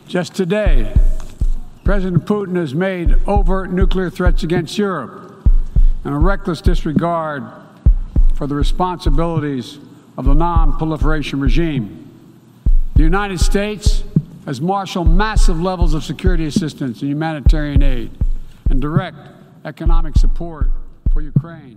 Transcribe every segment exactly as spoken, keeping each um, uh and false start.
Just today, President Putin has made overt nuclear threats against Europe and a reckless disregard for the responsibilities of the non-proliferation regime. The United States has marshaled massive levels of security assistance and humanitarian aid and direct economic support for Ukraine.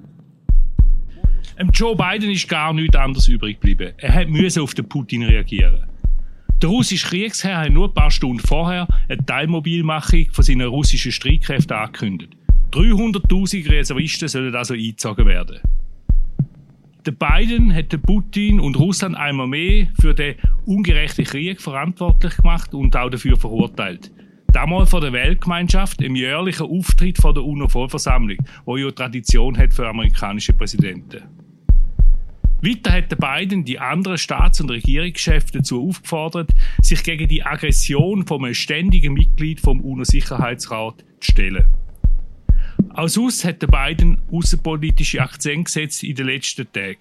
Joe Biden ist gar nichts anderes übrig geblieben. Er musste auf den Putin reagieren. Der russische Kriegsherr hat nur ein paar Stunden vorher eine Teilmobilmachung von seinen russischen Streitkräften angekündigt. dreihunderttausend Reservisten sollen also eingezogen werden. Der Biden hat Putin und Russland einmal mehr für den ungerechten Krieg verantwortlich gemacht und auch dafür verurteilt. Damals vor der Weltgemeinschaft im jährlichen Auftritt vor der UNO-Vollversammlung, wo ja Tradition hat für amerikanische Präsidenten. Weiter hat Biden die anderen Staats- und Regierungschefs dazu aufgefordert, sich gegen die Aggression von einem ständigen Mitglied vom UNO-Sicherheitsrat zu stellen. Auch sonst hat Biden außenpolitische Akzente gesetzt in den letzten Tagen.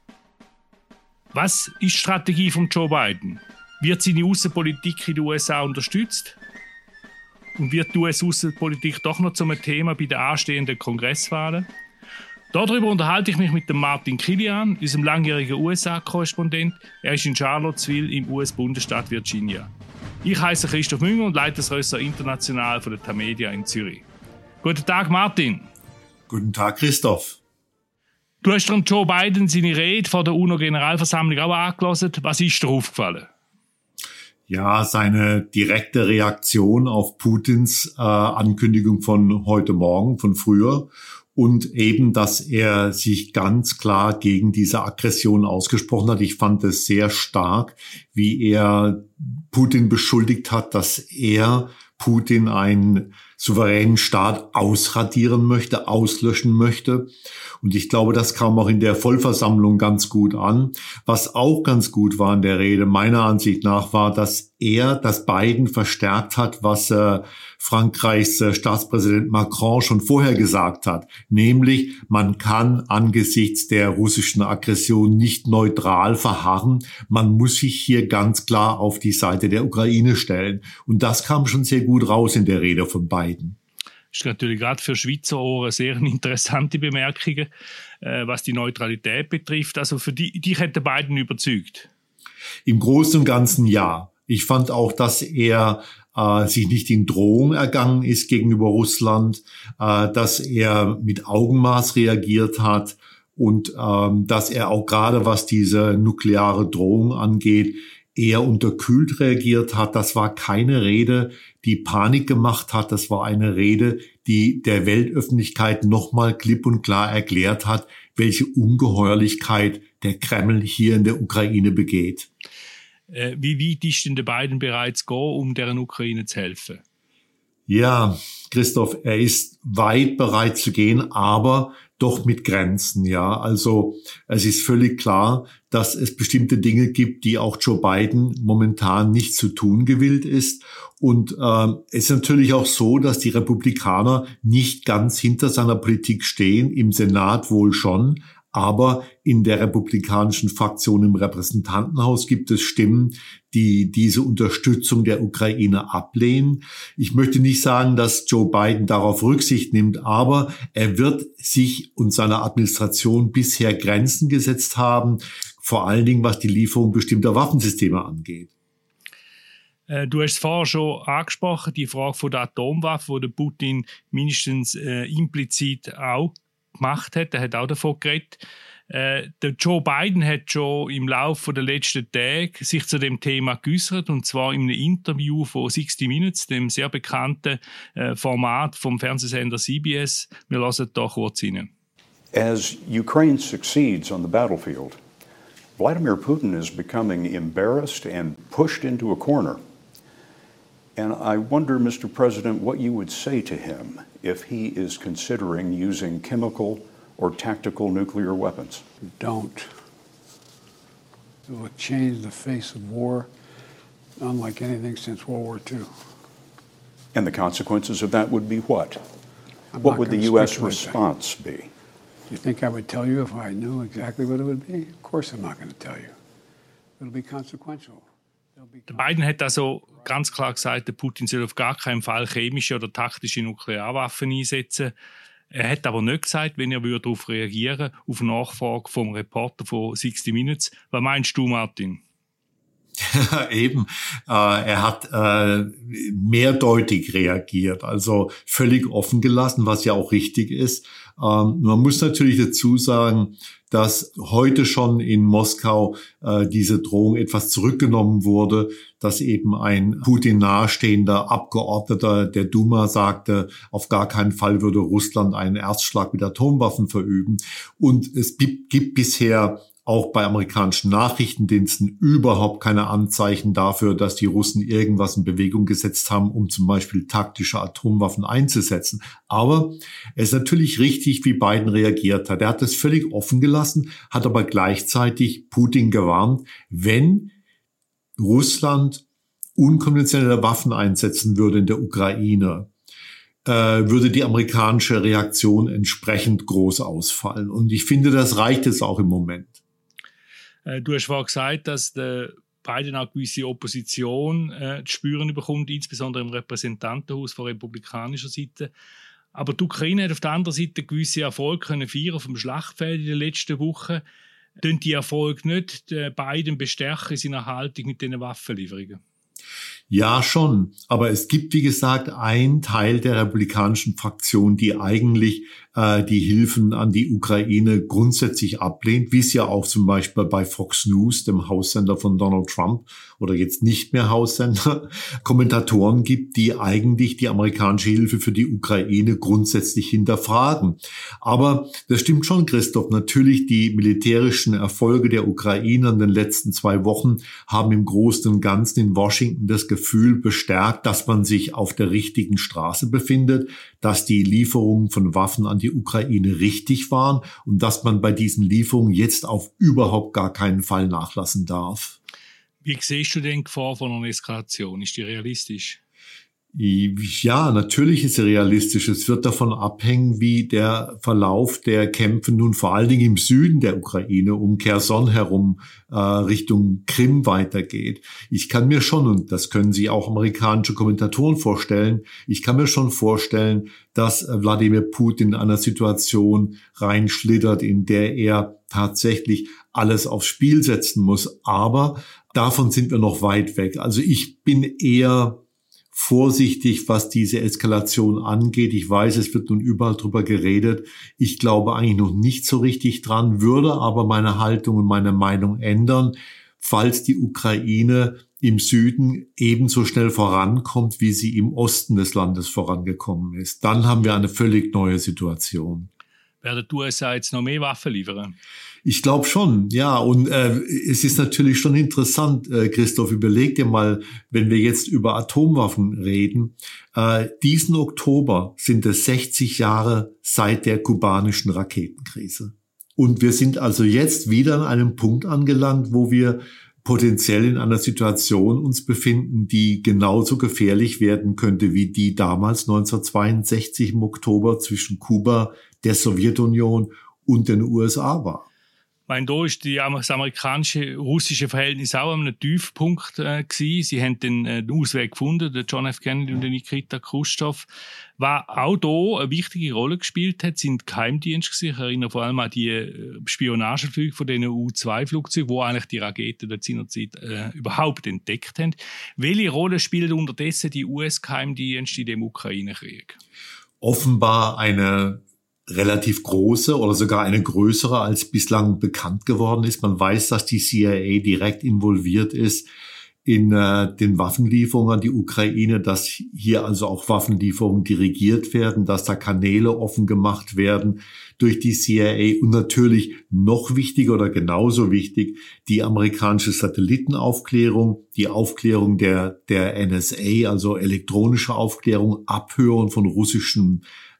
Was ist die Strategie von Joe Biden? Wird seine Außenpolitik in den U S A unterstützt? Und wird die U S-Außenpolitik doch noch zum Thema bei den anstehenden Kongresswahlen? Darüber unterhalte ich mich mit dem Martin Kilian, unserem langjährigen U S A-Korrespondent. Er ist in Charlottesville im U S-Bundesstaat Virginia. Ich heiße Christoph Münger und leite das Ressort International von der Tamedia in Zürich. Guten Tag, Martin. Guten Tag, Christoph. Du hast dann Joe Biden seine Rede vor der UNO-Generalversammlung auch angehört. Was ist dir aufgefallen? Ja, seine direkte Reaktion auf Putins äh, Ankündigung von heute Morgen, von früher. Und eben, dass er sich ganz klar gegen diese Aggression ausgesprochen hat. Ich fand es sehr stark, wie er Putin beschuldigt hat, dass er Putin einen souveränen Staat ausradieren möchte, auslöschen möchte. Und ich glaube, das kam auch in der Vollversammlung ganz gut an. Was auch ganz gut war in der Rede, meiner Ansicht nach, war, dass er, dass Biden verstärkt hat, was äh, Frankreichs äh, Staatspräsident Macron schon vorher gesagt hat. Nämlich, man kann angesichts der russischen Aggression nicht neutral verharren. Man muss sich hier ganz klar auf die Seite der Ukraine stellen. Und das kam schon sehr gut raus in der Rede von Biden. Das ist natürlich gerade für Schweizer Ohren sehr interessante Bemerkungen, äh, was die Neutralität betrifft. Also für die, dich hätte Biden überzeugt? Im Großen und Ganzen ja. Ich fand auch, dass er äh, sich nicht in Drohung ergangen ist gegenüber Russland, äh, dass er mit Augenmaß reagiert hat und ähm, dass er auch gerade, was diese nukleare Drohung angeht, eher unterkühlt reagiert hat. Das war keine Rede, die Panik gemacht hat. Das war eine Rede, die der Weltöffentlichkeit nochmal klipp und klar erklärt hat, welche Ungeheuerlichkeit der Kreml hier in der Ukraine begeht. Äh, wie weit ist denn der Biden bereits gegangen, um der Ukraine zu helfen? Ja, Christoph, er ist weit bereit zu gehen, aber doch mit Grenzen, ja. Also es ist völlig klar, dass es bestimmte Dinge gibt, die auch Joe Biden momentan nicht zu tun gewillt ist. Und äh, es ist natürlich auch so, dass die Republikaner nicht ganz hinter seiner Politik stehen, im Senat wohl schon. Aber in der republikanischen Fraktion im Repräsentantenhaus gibt es Stimmen, die diese Unterstützung der Ukraine ablehnen. Ich möchte nicht sagen, dass Joe Biden darauf Rücksicht nimmt, aber er wird sich und seiner Administration bisher Grenzen gesetzt haben, vor allen Dingen was die Lieferung bestimmter Waffensysteme angeht. Du hast es vorher schon angesprochen, die Frage von der Atomwaffe, wo der Putin mindestens äh, implizit auch gemacht hat. Er hat auch davon geredet. Äh, der Joe Biden hat schon im Laufe der letzten Tage sich zu dem Thema geäußert, und zwar in einem Interview von sixty minutes, dem sehr bekannten äh, Format vom Fernsehsender C B S. Wir hören da kurz rein. As Ukraine succeeds on the battlefield, Vladimir Putin is becoming embarrassed and pushed into a corner. And I wonder, Mister President, what you would say to him if he is considering using chemical or tactical nuclear weapons? Don't. It will change the face of war unlike anything since World War Two. And the consequences of that would be what? I'm What not would the gonna U S speculate that. response be? Do you think I would tell you if I knew exactly what it would be? Of course I'm not going to tell you. It'll be consequential. Der Biden hat also ganz klar gesagt, der Putin soll auf gar keinen Fall chemische oder taktische Nuklearwaffen einsetzen. Er hat aber nicht gesagt, wenn er darauf reagieren würde, auf Nachfrage vom Reporter von sixty minutes. Was meinst du, Martin? Eben, äh, er hat äh, mehrdeutig reagiert, also völlig offen gelassen, was ja auch richtig ist. Ähm, man muss natürlich dazu sagen, dass heute schon in Moskau äh, diese Drohung etwas zurückgenommen wurde, dass eben ein Putin nahestehender Abgeordneter der Duma sagte, auf gar keinen Fall würde Russland einen Erstschlag mit Atomwaffen verüben. Und es gibt, gibt bisher auch bei amerikanischen Nachrichtendiensten überhaupt keine Anzeichen dafür, dass die Russen irgendwas in Bewegung gesetzt haben, um zum Beispiel taktische Atomwaffen einzusetzen. Aber es ist natürlich richtig, wie Biden reagiert hat. Er hat es völlig offen gelassen, hat aber gleichzeitig Putin gewarnt, wenn Russland unkonventionelle Waffen einsetzen würde in der Ukraine, äh, würde die amerikanische Reaktion entsprechend groß ausfallen. Und ich finde, das reicht jetzt auch im Moment. Du hast vorhin gesagt, dass der Biden auch gewisse Opposition äh, zu spüren bekommt, insbesondere im Repräsentantenhaus von republikanischer Seite. Aber die Ukraine hat auf der anderen Seite gewisse Erfolge können feiern auf dem Schlachtfeld in den letzten Wochen. Tun die Erfolge nicht Biden bestärken in seiner Haltung mit diesen Waffenlieferungen? Ja, schon. Aber es gibt, wie gesagt, einen Teil der republikanischen Fraktion, die eigentlich äh, die Hilfen an die Ukraine grundsätzlich ablehnt, wie es ja auch zum Beispiel bei Fox News, dem Haussender von Donald Trump, oder jetzt nicht mehr Haussender, Kommentatoren gibt, die eigentlich die amerikanische Hilfe für die Ukraine grundsätzlich hinterfragen. Aber das stimmt schon, Christoph. Natürlich, die militärischen Erfolge der Ukraine in den letzten zwei Wochen haben im Großen und Ganzen in Washington das Gefühl bestärkt, dass man sich auf der richtigen Straße befindet, dass die Lieferungen von Waffen an die Ukraine richtig waren und dass man bei diesen Lieferungen jetzt auf überhaupt gar keinen Fall nachlassen darf. Wie siehst du denn die Gefahr von einer Eskalation? Ist die realistisch? Ja, natürlich ist es realistisch. Es wird davon abhängen, wie der Verlauf der Kämpfe nun vor allen Dingen im Süden der Ukraine um Cherson herum äh, Richtung Krim weitergeht. Ich kann mir schon, und das können sich auch amerikanische Kommentatoren vorstellen, ich kann mir schon vorstellen, dass Wladimir Putin in einer Situation reinschlittert, in der er tatsächlich alles aufs Spiel setzen muss. Aber davon sind wir noch weit weg. Also ich bin eher vorsichtig, was diese Eskalation angeht. Ich weiß, es wird nun überall drüber geredet. Ich glaube eigentlich noch nicht so richtig dran, würde aber meine Haltung und meine Meinung ändern, falls die Ukraine im Süden ebenso schnell vorankommt, wie sie im Osten des Landes vorangekommen ist. Dann haben wir eine völlig neue Situation. Werden die U S A jetzt noch mehr Waffen liefern? Ich glaube schon, ja. Und äh, es ist natürlich schon interessant, äh, Christoph, überleg dir mal, wenn wir jetzt über Atomwaffen reden. Äh, diesen Oktober sind es sechzig Jahre seit der kubanischen Raketenkrise. Und wir sind also jetzt wieder an einem Punkt angelangt, wo wir potenziell in einer Situation uns befinden, die genauso gefährlich werden könnte wie die damals neunzehnhundertzweiundsechzig im Oktober zwischen Kuba, der Sowjetunion und den U S A war. Ich meine, da ist die, das amerikanische-russische Verhältnis auch an einem Tiefpunkt äh, gewesen. Sie haben den, äh, den Ausweg gefunden, der John F. Kennedy und der Nikita Khrushchev. Was auch da eine wichtige Rolle gespielt hat, sind Geheimdienste gewesen. Ich erinnere vor allem an die äh, Spionageflüge von den U zwei Flugzeugen, wo eigentlich die Raketen dort seinerzeit äh, überhaupt entdeckt haben. Welche Rolle spielen unterdessen die U S-Geheimdienste in dem Ukraine-Krieg? Offenbar eine relativ große oder sogar eine größere, als bislang bekannt geworden ist. Man weiß, dass die C I A direkt involviert ist in äh, den Waffenlieferungen an die Ukraine, dass hier also auch Waffenlieferungen dirigiert werden, dass da Kanäle offen gemacht werden durch die C I A und natürlich noch wichtiger oder genauso wichtig die amerikanische Satellitenaufklärung, die Aufklärung der der N S A, also elektronische Aufklärung, Abhören von russischen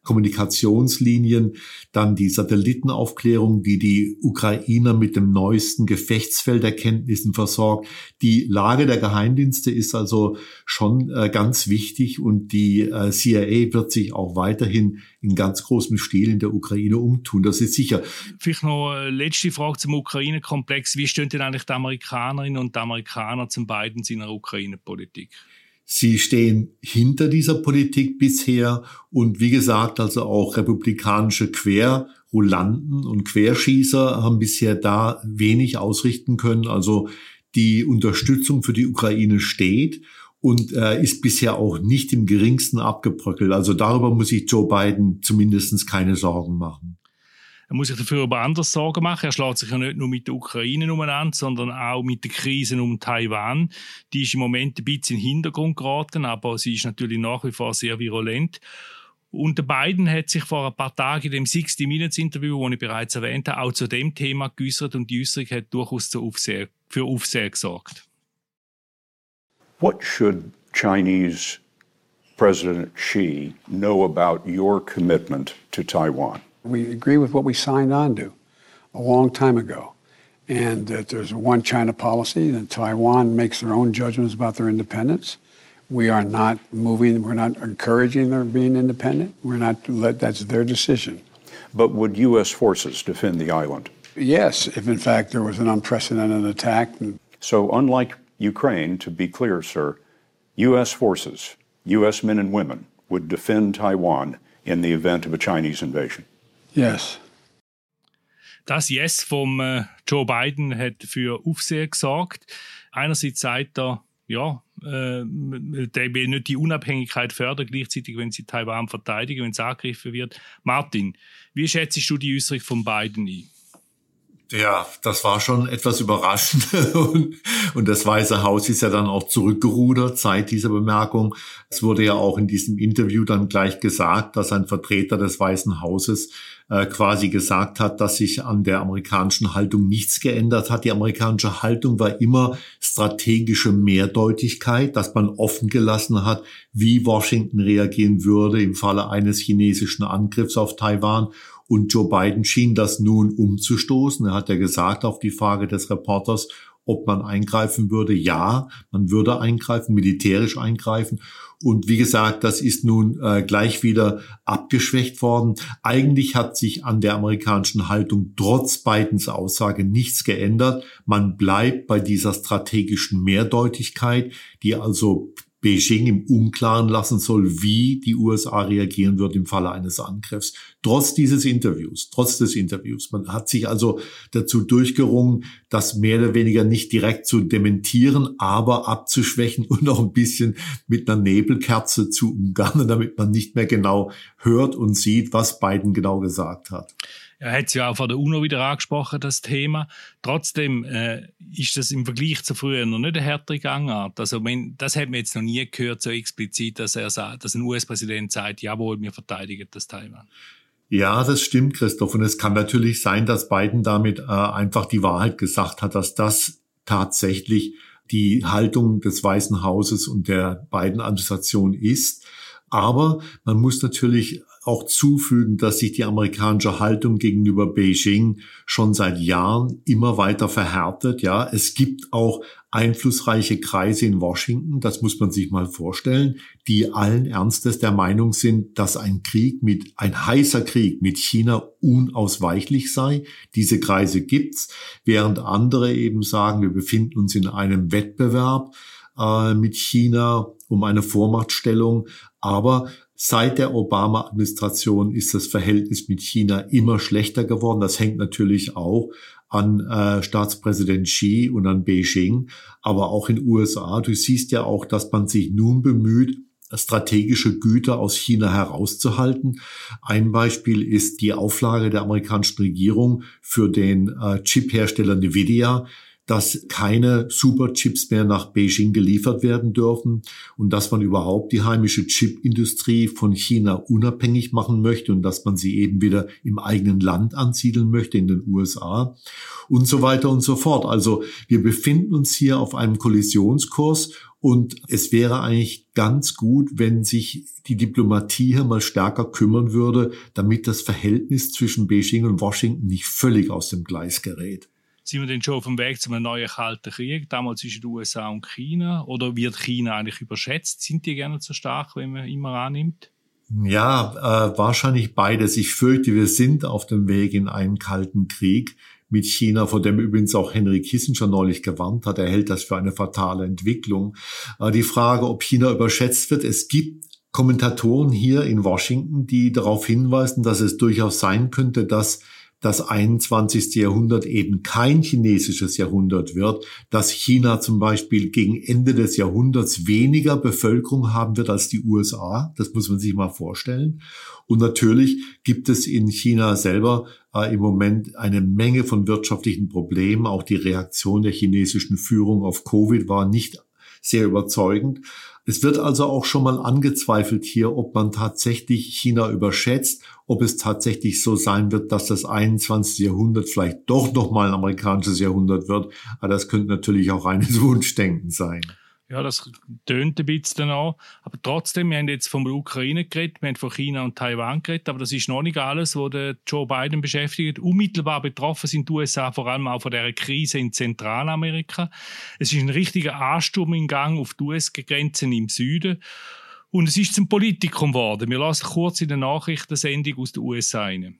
Kommunikationslinien, dann die Satellitenaufklärung, die die Ukrainer mit dem neuesten Gefechtsfelderkenntnissen versorgt. Die Lage der Geheimdienste ist also schon äh, ganz wichtig und die äh, C I A wird sich auch weiterhin in ganz großem Stil in der Ukraine umtun. Das ist sicher. Vielleicht noch eine letzte Frage zum Ukraine-Komplex. Wie stehen denn eigentlich die Amerikanerinnen und die Amerikaner zum Biden seiner Ukraine-Politik? Sie stehen hinter dieser Politik bisher und wie gesagt, also auch republikanische Querrulanten und Querschießer haben bisher da wenig ausrichten können. Also die Unterstützung für die Ukraine steht und äh, ist bisher auch nicht im geringsten abgebröckelt. Also darüber muss sich Joe Biden zumindest keine Sorgen machen. Er muss sich dafür aber anders Sorgen machen. Er schlägt sich ja nicht nur mit der Ukraine umeinander, sondern auch mit der Krise um Taiwan. Die ist im Moment ein bisschen in den Hintergrund geraten, aber sie ist natürlich nach wie vor sehr virulent. Und der Biden hat sich vor ein paar Tagen in dem sixty Minutes Interview, das ich bereits erwähnt habe, auch zu dem Thema geäußert und die Äußerung hat durchaus zu Aufsehen, für Aufsehen gesorgt. What should Chinese President Xi know about your commitment to Taiwan? We agree with what we signed on to a long time ago, and that there's a one China policy, that Taiwan makes their own judgments about their independence. We are not moving, we're not encouraging their being independent. We're not, that's their decision. But would U S forces defend the island? Yes, if in fact there was an unprecedented attack. So unlike Ukraine, to be clear, sir, U S forces, U S men and women would defend Taiwan in the event of a Chinese invasion. Yes. Das Yes vom äh, Joe Biden hat für Aufsehen gesorgt. Einerseits sagt er, ja, äh, der will nicht die Unabhängigkeit fördern, gleichzeitig, wenn sie Taiwan verteidigen, wenn es angegriffen wird. Martin, wie schätzt du die Äußerung von Biden ein? Ja, das war schon etwas überraschend und, und das Weiße Haus ist ja dann auch zurückgerudert seit dieser Bemerkung. Es wurde ja auch in diesem Interview dann gleich gesagt, dass ein Vertreter des Weißen Hauses äh, quasi gesagt hat, dass sich an der amerikanischen Haltung nichts geändert hat. Die amerikanische Haltung war immer strategische Mehrdeutigkeit, dass man offen gelassen hat, wie Washington reagieren würde im Falle eines chinesischen Angriffs auf Taiwan. Und Joe Biden schien das nun umzustoßen. Er hat ja gesagt auf die Frage des Reporters, ob man eingreifen würde. Ja, man würde eingreifen, militärisch eingreifen. Und wie gesagt, das ist nun äh, gleich wieder abgeschwächt worden. Eigentlich hat sich an der amerikanischen Haltung trotz Bidens Aussage nichts geändert. Man bleibt bei dieser strategischen Mehrdeutigkeit, die also Beijing im Unklaren lassen soll, wie die U S A reagieren wird im Falle eines Angriffs. Trotz dieses Interviews, trotz des Interviews. Man hat sich also dazu durchgerungen, das mehr oder weniger nicht direkt zu dementieren, aber abzuschwächen und noch ein bisschen mit einer Nebelkerze zu umgarnen, damit man nicht mehr genau hört und sieht, was Biden genau gesagt hat. Er hat es ja auch vor der UNO wieder angesprochen, das Thema. Trotzdem äh, ist das im Vergleich zu früher noch nicht eine härtere Gangart. Also, wenn, das hat man jetzt noch nie gehört, so explizit, dass er sagt, dass ein U S-Präsident sagt, jawohl, wir verteidigen das Taiwan. Ja, das stimmt, Christoph. Und es kann natürlich sein, dass Biden damit äh, einfach die Wahrheit gesagt hat, dass das tatsächlich die Haltung des Weißen Hauses und der Biden-Administration ist. Aber man muss natürlich auch zufügen, dass sich die amerikanische Haltung gegenüber Beijing schon seit Jahren immer weiter verhärtet. Ja, es gibt auch einflussreiche Kreise in Washington, das muss man sich mal vorstellen, die allen Ernstes der Meinung sind, dass ein Krieg mit, ein heißer Krieg mit China unausweichlich sei. Diese Kreise gibt's, während andere eben sagen, wir befinden uns in einem Wettbewerb äh, mit China um eine Vormachtstellung. Aber seit der Obama-Administration ist das Verhältnis mit China immer schlechter geworden. Das hängt natürlich auch an äh, Staatspräsident Xi und an Beijing, aber auch in den U S A. Du siehst ja auch, dass man sich nun bemüht, strategische Güter aus China herauszuhalten. Ein Beispiel ist die Auflage der amerikanischen Regierung für den äh, Chip-Hersteller Nvidia, dass keine Superchips mehr nach Beijing geliefert werden dürfen und dass man überhaupt die heimische Chipindustrie von China unabhängig machen möchte und dass man sie eben wieder im eigenen Land ansiedeln möchte, in den U S A und so weiter und so fort. Also wir befinden uns hier auf einem Kollisionskurs und es wäre eigentlich ganz gut, wenn sich die Diplomatie hier mal stärker kümmern würde, damit das Verhältnis zwischen Beijing und Washington nicht völlig aus dem Gleis gerät. Sind wir denn schon auf dem Weg zu einem neuen Kalten Krieg, damals zwischen den U S A und China? Oder wird China eigentlich überschätzt? Sind die gerne so stark, wenn man immer annimmt? Ja, äh, wahrscheinlich beides. Ich fürchte, wir sind auf dem Weg in einen Kalten Krieg mit China, vor dem übrigens auch Henry Kissinger neulich gewarnt hat. Er hält das für eine fatale Entwicklung. Äh, die Frage, ob China überschätzt wird, es gibt Kommentatoren hier in Washington, die darauf hinweisen, dass es durchaus sein könnte, dass das einundzwanzigste Jahrhundert eben kein chinesisches Jahrhundert wird, dass China zum Beispiel gegen Ende des Jahrhunderts weniger Bevölkerung haben wird als die U S A. Das muss man sich mal vorstellen. Und natürlich gibt es in China selber äh, im Moment eine Menge von wirtschaftlichen Problemen. Auch die Reaktion der chinesischen Führung auf Covid war nicht sehr überzeugend. Es wird also auch schon mal angezweifelt hier, ob man tatsächlich China überschätzt, ob es tatsächlich so sein wird, dass das einundzwanzigste Jahrhundert vielleicht doch nochmal ein amerikanisches Jahrhundert wird. Aber das könnte natürlich auch reines Wunschdenken sein. Ja, das tönt ein bisschen an. Aber trotzdem, wir haben jetzt von der Ukraine geredet, wir haben von China und Taiwan geredet, aber das ist noch nicht alles, was den Joe Biden beschäftigt. Unmittelbar betroffen sind die U S A vor allem auch von dieser Krise in Zentralamerika. Es ist ein richtiger Ansturm in Gang auf die U S-Grenzen im Süden. Und es ist zum Politikum geworden. Wir lassen kurz in der Nachrichtensendung aus den U S A rein.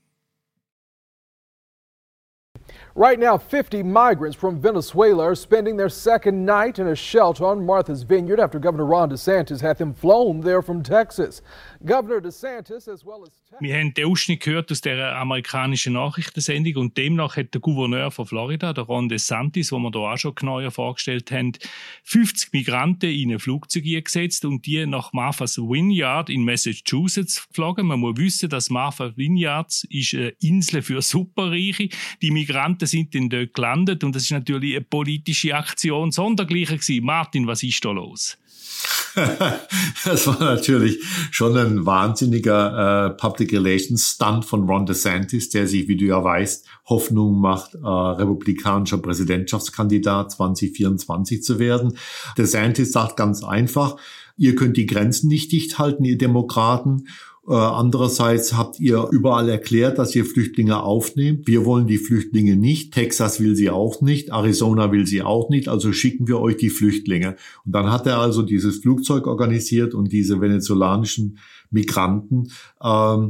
Right now, fifty migrants from Venezuela are spending their second night in a shelter on Martha's Vineyard after Governor Ron DeSantis had them flown there from Texas. Governor DeSantis as well as Wir haben den Ausschnitt gehört aus der amerikanischen Nachrichtensendung und demnach hat der Gouverneur von Florida, der Ron DeSantis, den wir hier auch schon genauer vorgestellt haben, fünfzig Migranten in ein Flugzeug gesetzt und die nach Martha's Vineyard in Massachusetts geflogen. Man muss wissen, dass Martha's Vineyard ist eine Insel für Superreiche. Die Migranten sind dann dort gelandet und das ist natürlich eine politische Aktion sondergleichen gewesen. Martin, was ist da los? Das war natürlich schon ein wahnsinniger äh, Public Relations Stunt von Ron DeSantis, der sich, wie du ja weißt, Hoffnung macht, äh, republikanischer Präsidentschaftskandidat zwanzig vierundzwanzig zu werden. DeSantis sagt ganz einfach, ihr könnt die Grenzen nicht dicht halten, ihr Demokraten. Äh, andererseits habt ihr überall erklärt, dass ihr Flüchtlinge aufnehmt. Wir wollen die Flüchtlinge nicht. Texas will sie auch nicht. Arizona will sie auch nicht. Also schicken wir euch die Flüchtlinge. Und dann hat er also dieses Flugzeug organisiert und diese venezolanischen Migranten ähm,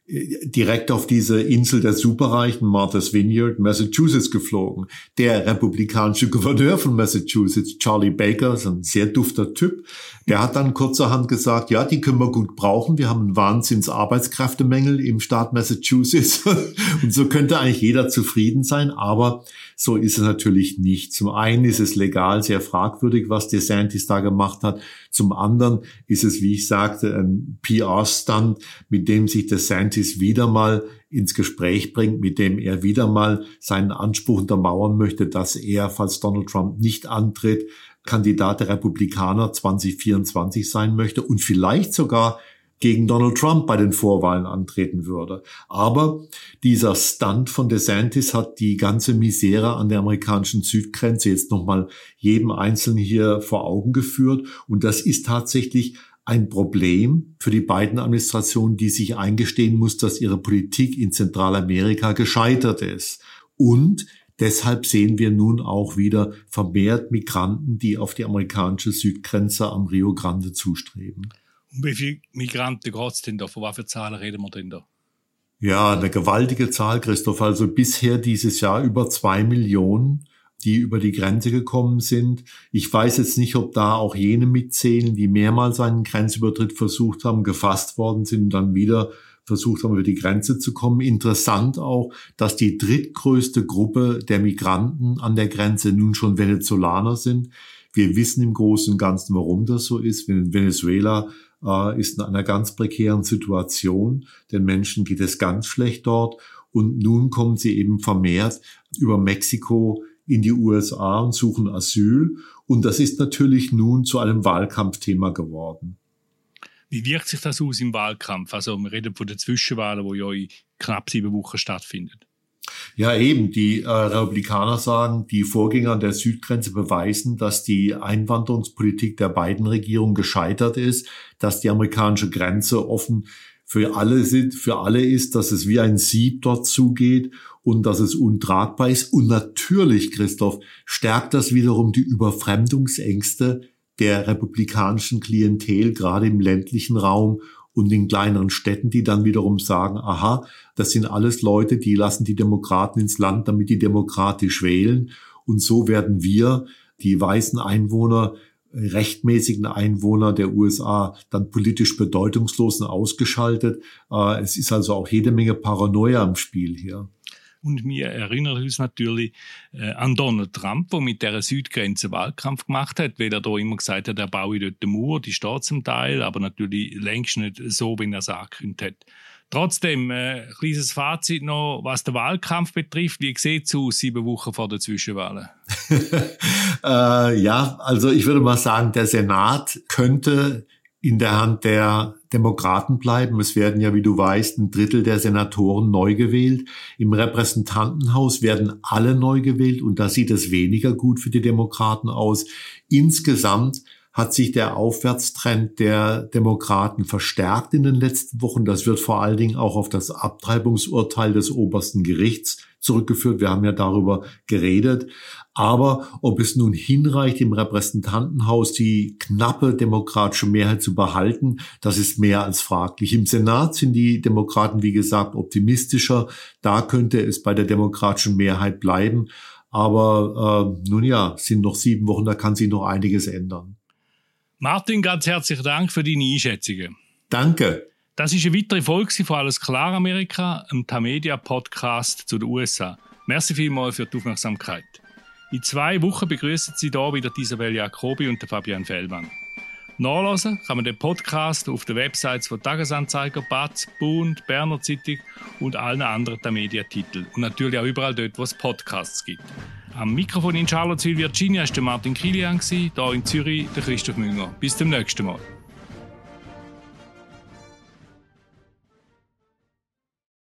direkt auf diese Insel der Superreichen, Martha's Vineyard, Massachusetts geflogen. Der republikanische Gouverneur von Massachusetts, Charlie Baker, ist ein sehr dufter Typ, der hat dann kurzerhand gesagt, ja, die können wir gut brauchen, wir haben einen Wahnsinns-Arbeitskräftemängel im Staat Massachusetts und so könnte eigentlich jeder zufrieden sein, aber so ist es natürlich nicht. Zum einen ist es legal sehr fragwürdig, was DeSantis da gemacht hat, zum anderen ist es, wie ich sagte, ein P R-Stunt, mit dem sich DeSantis wieder mal ins Gespräch bringt, mit dem er wieder mal seinen Anspruch untermauern möchte, dass er, falls Donald Trump nicht antritt, Kandidat der Republikaner zwanzig vierundzwanzig sein möchte und vielleicht sogar gegen Donald Trump bei den Vorwahlen antreten würde. Aber dieser Stunt von DeSantis hat die ganze Misere an der amerikanischen Südgrenze jetzt nochmal jedem Einzelnen hier vor Augen geführt. Und das ist tatsächlich ein Problem für die Biden-Administration, die sich eingestehen muss, dass ihre Politik in Zentralamerika gescheitert ist. Und deshalb sehen wir nun auch wieder vermehrt Migranten, die auf die amerikanische Südgrenze am Rio Grande zustreben. Um wie viele Migranten geht es denn da? Von welchen Zahlen reden wir denn da? Ja, eine gewaltige Zahl, Christoph. Also bisher dieses Jahr über zwei Millionen, die über die Grenze gekommen sind. Ich weiß jetzt nicht, ob da auch jene mitzählen, die mehrmals einen Grenzübertritt versucht haben, gefasst worden sind und dann wieder versucht haben, über die Grenze zu kommen. Interessant auch, dass die drittgrößte Gruppe der Migranten an der Grenze nun schon Venezolaner sind. Wir wissen im Großen und Ganzen, warum das so ist. Venezuela äh, ist in einer ganz prekären Situation. Den Menschen geht es ganz schlecht dort. Und nun kommen sie eben vermehrt über Mexiko in die U S A und suchen Asyl. Und das ist natürlich nun zu einem Wahlkampfthema geworden. Wie wirkt sich das aus im Wahlkampf? Also wir reden von den Zwischenwahlen, die ja in knapp sieben Wochen stattfinden. Ja, eben. Die äh, Republikaner sagen, die Vorgänger an der Südgrenze beweisen, dass die Einwanderungspolitik der Biden-Regierung gescheitert ist, dass die amerikanische Grenze offen für alle sind, für alle ist, dass es wie ein Sieb dort zugeht und dass es untragbar ist. Und natürlich, Christoph, stärkt das wiederum die Überfremdungsängste der republikanischen Klientel, gerade im ländlichen Raum und in kleineren Städten, die dann wiederum sagen, aha, das sind alles Leute, die lassen die Demokraten ins Land, damit die demokratisch wählen. Und so werden wir, die weißen Einwohner, rechtmäßigen Einwohner der U S A, dann politisch bedeutungslos und ausgeschaltet. Es ist also auch jede Menge Paranoia im Spiel hier. Und wir erinnern uns natürlich äh, an Donald Trump, der mit dieser Südgrenze Wahlkampf gemacht hat, weil er da immer gesagt hat, er baue dort eine Mauer, die steht zum Teil, aber natürlich längst nicht so, wie er es angekündigt hat. Trotzdem, äh, ein kleines Fazit noch, was den Wahlkampf betrifft. Wie sieht es aus, sieben Wochen vor der Zwischenwahlen? äh, ja, also ich würde mal sagen, der Senat könnte in der Hand der Demokraten bleiben. Es werden ja, wie du weißt, ein Drittel der Senatoren neu gewählt. Im Repräsentantenhaus werden alle neu gewählt und da sieht es weniger gut für die Demokraten aus. Insgesamt hat sich der Aufwärtstrend der Demokraten verstärkt in den letzten Wochen. Das wird vor allen Dingen auch auf das Abtreibungsurteil des obersten Gerichts zurückgeführt. Wir haben ja darüber geredet. Aber ob es nun hinreicht, im Repräsentantenhaus die knappe demokratische Mehrheit zu behalten, das ist mehr als fraglich. Im Senat sind die Demokraten, wie gesagt, optimistischer. Da könnte es bei der demokratischen Mehrheit bleiben. Aber äh, nun ja, es sind noch sieben Wochen, da kann sich noch einiges ändern. Martin, ganz herzlichen Dank für deine Einschätzungen. Danke. Das ist eine weitere Folge von Alles klar Amerika, einem Tamedia-Podcast zu den U S A. Merci vielmals für die Aufmerksamkeit. In zwei Wochen begrüßen Sie hier wieder Isabel Jacobi und Fabian Fellmann. Nachlesen kann man den Podcast auf den Websites von Tagesanzeiger, B A Z, Bund, Berner Zeitung und allen anderen Tamedia-Titeln. Und natürlich auch überall dort, wo es Podcasts gibt. Am Mikrofon in Charlottesville, Virginia, war der Martin Kilian, hier in Zürich der Christoph Münger. Bis zum nächsten Mal.